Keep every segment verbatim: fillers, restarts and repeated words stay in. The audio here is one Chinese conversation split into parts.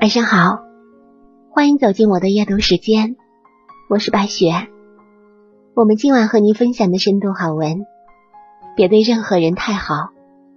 晚上好，欢迎走进我的阅读时间，我是白雪。我们今晚和您分享的深度好文，别对任何人太好。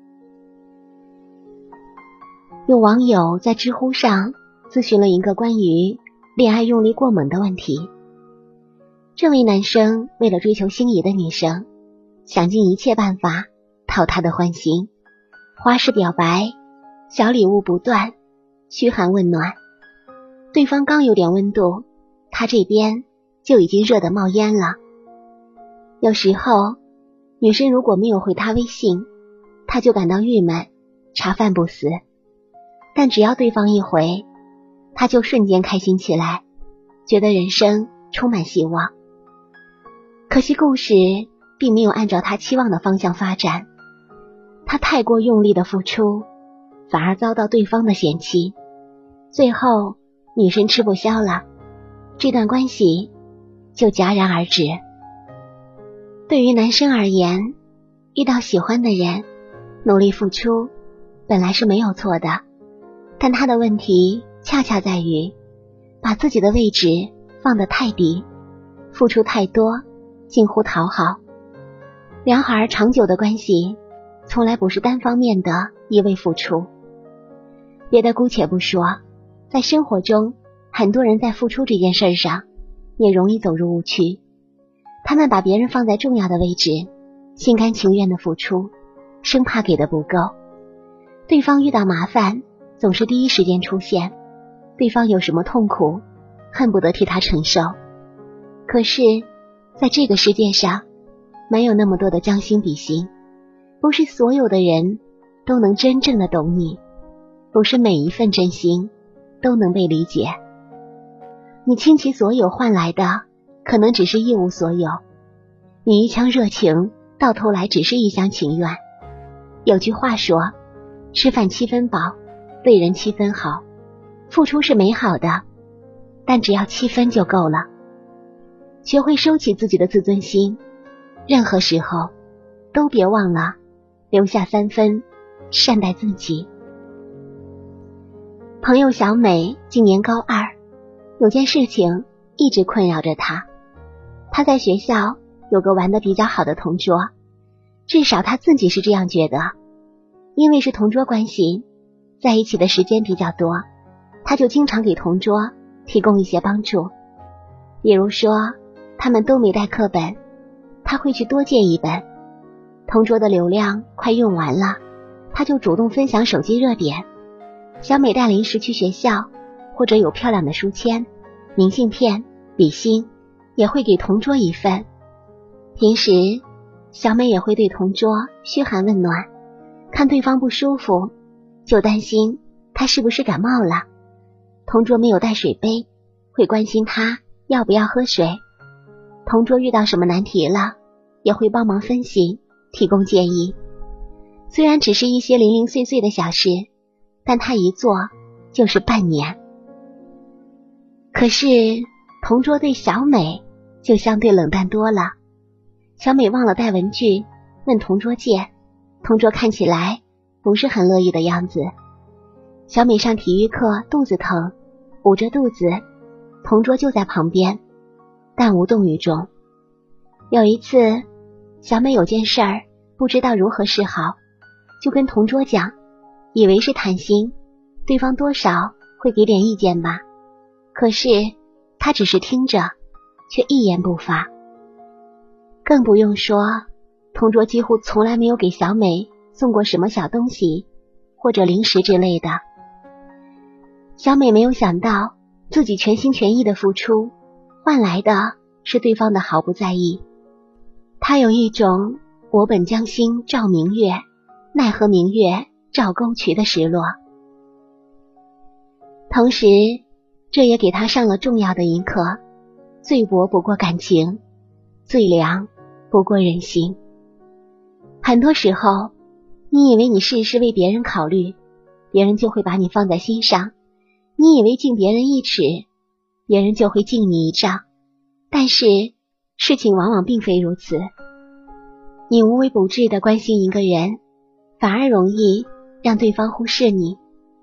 有网友在知乎上咨询了一个关于恋爱用力过猛的问题。这位男生为了追求心仪的女生，想尽一切办法讨她的欢心，花式表白，小礼物不断，嘘寒问暖。对方刚有点温度，他这边就已经热得冒烟了。有时候女生如果没有回他微信，他就感到郁闷，茶饭不思。但只要对方一回，他就瞬间开心起来，觉得人生充满希望。可惜故事并没有按照他期望的方向发展，他太过用力的付出，反而遭到对方的嫌弃。最后女生吃不消了，这段关系就戛然而止。对于男生而言，遇到喜欢的人，努力付出本来是没有错的，但他的问题恰恰在于把自己的位置放得太低，付出太多，近乎讨好。然而长久的关系从来不是单方面的一味付出。别的姑且不说，在生活中很多人在付出这件事上也容易走入误区。他们把别人放在重要的位置，心甘情愿的付出，生怕给的不够。对方遇到麻烦总是第一时间出现，对方有什么痛苦恨不得替他承受。可是在这个世界上没有那么多的将心比心，不是所有的人都能真正的懂你，不是每一份真心都能被理解。你倾其所有换来的可能只是一无所有，你一腔热情到头来只是一厢情愿。有句话说，吃饭七分饱，对人七分好。付出是美好的，但只要七分就够了。学会收起自己的自尊心，任何时候都别忘了留下三分善待自己。朋友小美今年高二，有件事情一直困扰着她。她在学校有个玩得比较好的同桌，至少她自己是这样觉得。因为是同桌关系，在一起的时间比较多，她就经常给同桌提供一些帮助。比如说他们都没带课本，她会去多借一本。同桌的流量快用完了，她就主动分享手机热点。小美带零食去学校，或者有漂亮的书签、明信片、笔芯，也会给同桌一份。平时小美也会对同桌嘘寒问暖，看对方不舒服就担心他是不是感冒了。同桌没有带水杯，会关心他要不要喝水。同桌遇到什么难题了，也会帮忙分析，提供建议。虽然只是一些零零碎碎的小事，但他一做就是半年。可是同桌对小美就相对冷淡多了。小美忘了带文具，问同桌借，同桌看起来不是很乐意的样子。小美上体育课肚子疼，捂着肚子，同桌就在旁边，但无动于衷。有一次小美有件事儿不知道如何是好，就跟同桌讲，以为是谈心，对方多少会给点意见吧。可是他只是听着，却一言不发。更不用说同桌几乎从来没有给小美送过什么小东西或者零食之类的。小美没有想到自己全心全意的付出，换来的是对方的毫不在意。她有一种我本将心照明月，奈何明月照沟渠的失落。同时这也给她上了重要的一课，最薄不过感情，最凉不过人心。很多时候你以为你事事为别人考虑，别人就会把你放在心上，你以为敬别人一尺，别人就会敬你一丈。但是事情往往并非如此。你无微不至地关心一个人，反而容易让对方忽视你。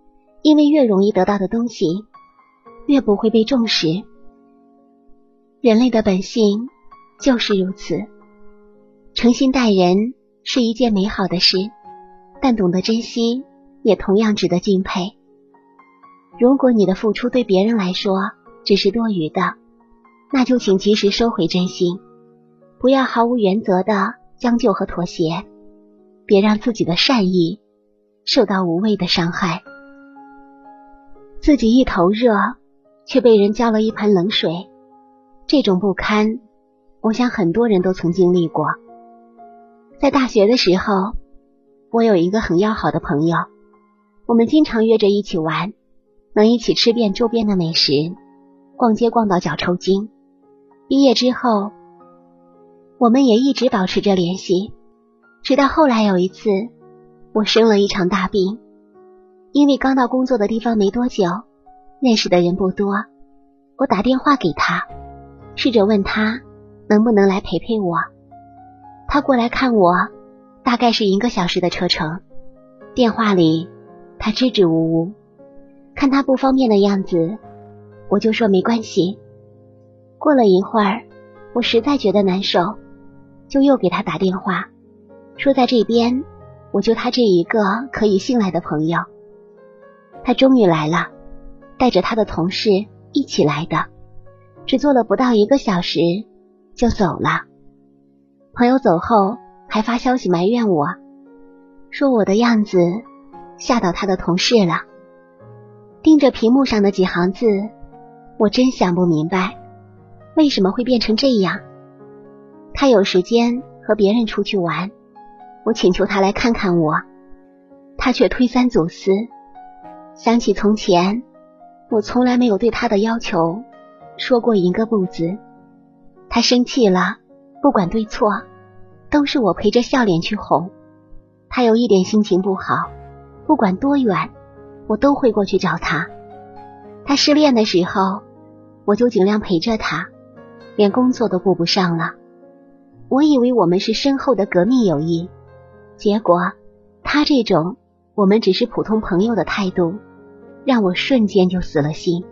因为越容易得到的东西，越不会被重视。人类的本性就是如此。诚心待人是一件美好的事，但懂得珍惜也同样值得敬佩。如果你的付出对别人来说只是多余的，那就请及时收回真心，不要毫无原则的将就和妥协，别让自己的善意受到无谓的伤害。自己一头热，却被人浇了一盆冷水，这种不堪，我想很多人都曾经历过。在大学的时候，我有一个很要好的朋友，我们经常约着一起玩，能一起吃遍周边的美食，逛街逛到脚抽筋。毕业之后，我们也一直保持着联系，直到后来有一次，我生了一场大病。因为刚到工作的地方没多久，认识的人不多，我打电话给他，试着问他能不能来陪陪我。他过来看我，大概是一个小时的车程。电话里他支支吾吾，看他不方便的样子，我就说没关系。过了一会儿，我实在觉得难受，就又给他打电话，说在这边我就他这一个可以信赖的朋友。他终于来了，带着他的同事一起来的，只坐了不到一个小时就走了。朋友走后还发消息埋怨我，说我的样子吓到他的同事了。盯着屏幕上的几行字，我真想不明白为什么会变成这样。他有时间和别人出去玩，我请求他来看看我，他却推三阻四。想起从前，我从来没有对他的要求说过一个不字。他生气了，不管对错，都是我陪着笑脸去哄。他有一点心情不好，不管多远，我都会过去找他。他失恋的时候，我就尽量陪着他，连工作都顾不上了。我以为我们是深厚的革命友谊，结果他这种我们只是普通朋友的态度，让我瞬间就死了心。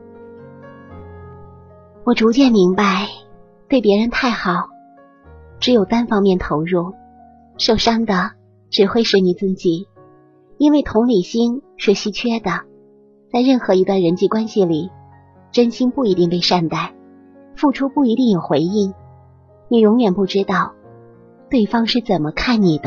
我逐渐明白，对别人太好，只有单方面投入，受伤的只会是你自己。因为同理心是稀缺的，在任何一段人际关系里，真心不一定被善待，付出不一定有回应，你永远不知道对方是怎么看你的。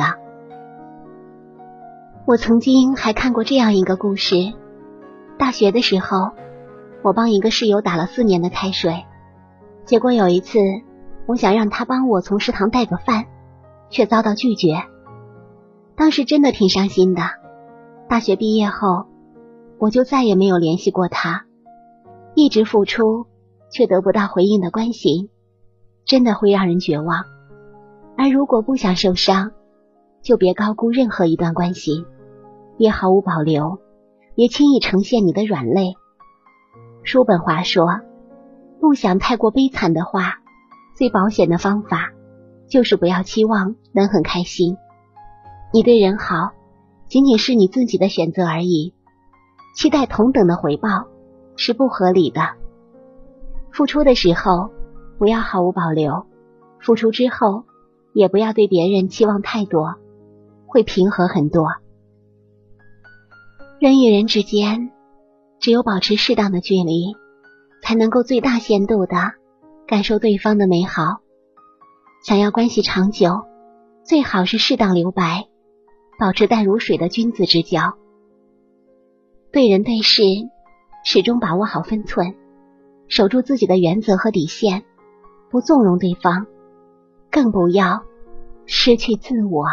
我曾经还看过这样一个故事，大学的时候，我帮一个室友打了四年的开水，结果有一次，我想让他帮我从食堂带个饭，却遭到拒绝。当时真的挺伤心的。大学毕业后，我就再也没有联系过他。一直付出，却得不到回应的关系，真的会让人绝望。而如果不想受伤，就别高估任何一段关系，别毫无保留，别轻易呈现你的软肋。叔本华说，不想太过悲惨的话，最保险的方法就是不要期望能很开心。你对人好，仅仅是你自己的选择而已，期待同等的回报是不合理的。付出的时候不要毫无保留，付出之后也不要对别人期望太多，会平和很多。人与人之间，只有保持适当的距离，才能够最大限度的感受对方的美好。想要关系长久，最好是适当留白，保持淡如水的君子之交。对人对事，始终把握好分寸，守住自己的原则和底线，不纵容对方，更不要失去自我。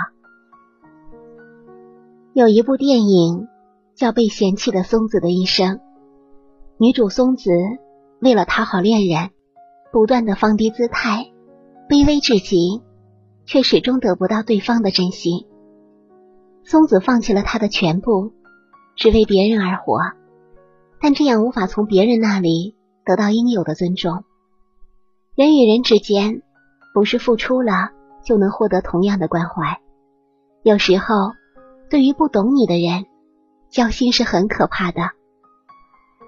有一部电影叫《被嫌弃的松子的一生》，女主松子为了讨好恋人，不断的放低姿态，卑微至极，却始终得不到对方的真心。松子放弃了她的全部，只为别人而活，但这样无法从别人那里得到应有的尊重。人与人之间，不是付出了就能获得同样的关怀。有时候，对于不懂你的人，交心是很可怕的。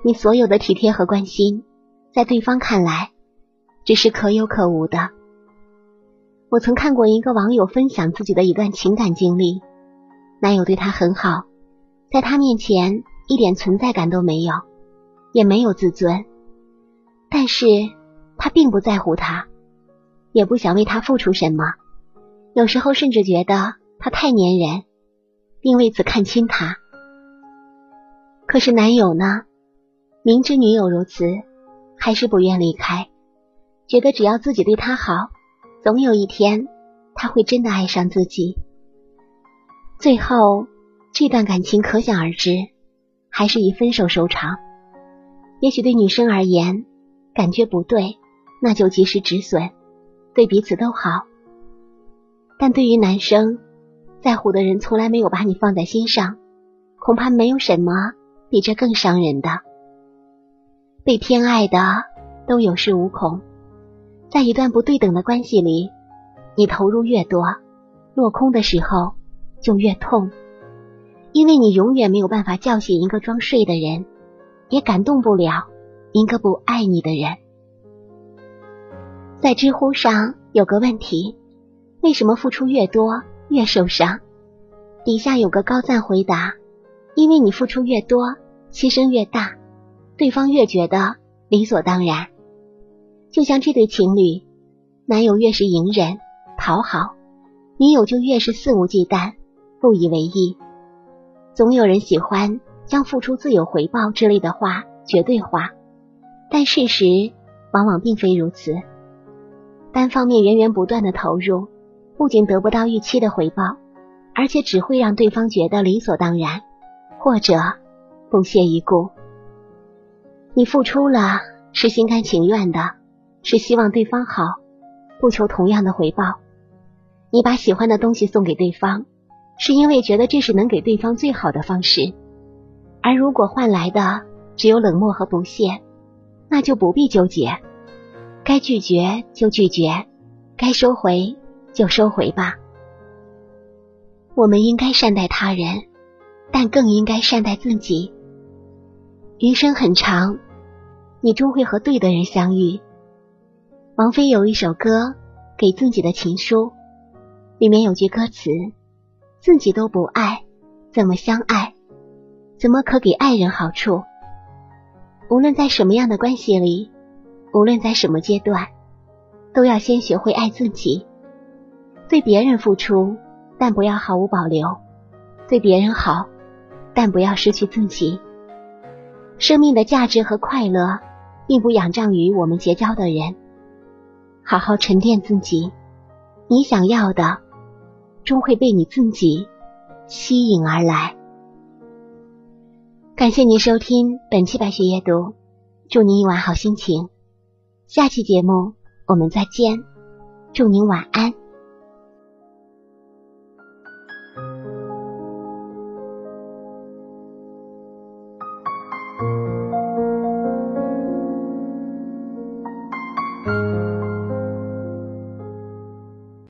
你所有的体贴和关心，在对方看来只是可有可无的。我曾看过一个网友分享自己的一段情感经历，男友对她很好，在她面前一点存在感都没有，也没有自尊，但是他并不在乎她，也不想为她付出什么，有时候甚至觉得她太粘人，并为此看轻她。可是男友呢，明知女友如此，还是不愿离开，觉得只要自己对她好，总有一天她会真的爱上自己。最后这段感情可想而知，还是以分手收场。也许对女生而言，感觉不对，那就及时止损，对彼此都好。但对于男生，在乎的人从来没有把你放在心上，恐怕没有什么比这更伤人的。被偏爱的都有恃无恐，在一段不对等的关系里，你投入越多，落空的时候就越痛，因为你永远没有办法叫醒一个装睡的人，也感动不了一个不爱你的人。在知乎上有个问题，为什么付出越多越受伤？底下有个高赞回答，因为你付出越多，牺牲越大，对方越觉得理所当然。就像这对情侣，男友越是隐忍讨好，女友就越是肆无忌惮不以为意。总有人喜欢将付出自有回报之类的话绝对化，但事实往往并非如此。单方面源源不断的投入，不仅得不到预期的回报，而且只会让对方觉得理所当然，或者不屑一顾。你付出了，是心甘情愿的，是希望对方好，不求同样的回报。你把喜欢的东西送给对方，是因为觉得这是能给对方最好的方式，而如果换来的只有冷漠和不屑，那就不必纠结，该拒绝就拒绝，该收回就收回吧。我们应该善待他人，但更应该善待自己。余生很长，你终会和对的人相遇。王菲有一首歌给自己的情书，里面有句歌词，自己都不爱，怎么相爱？怎么可给爱人好处？无论在什么样的关系里，无论在什么阶段，都要先学会爱自己。对别人付出，但不要毫无保留；对别人好，但不要失去自己。生命的价值和快乐，并不仰仗于我们结交的人。好好沉淀自己，你想要的，终会被你自己吸引而来。感谢您收听本期白雪夜读，祝您一晚好心情。下期节目我们再见，祝您晚安。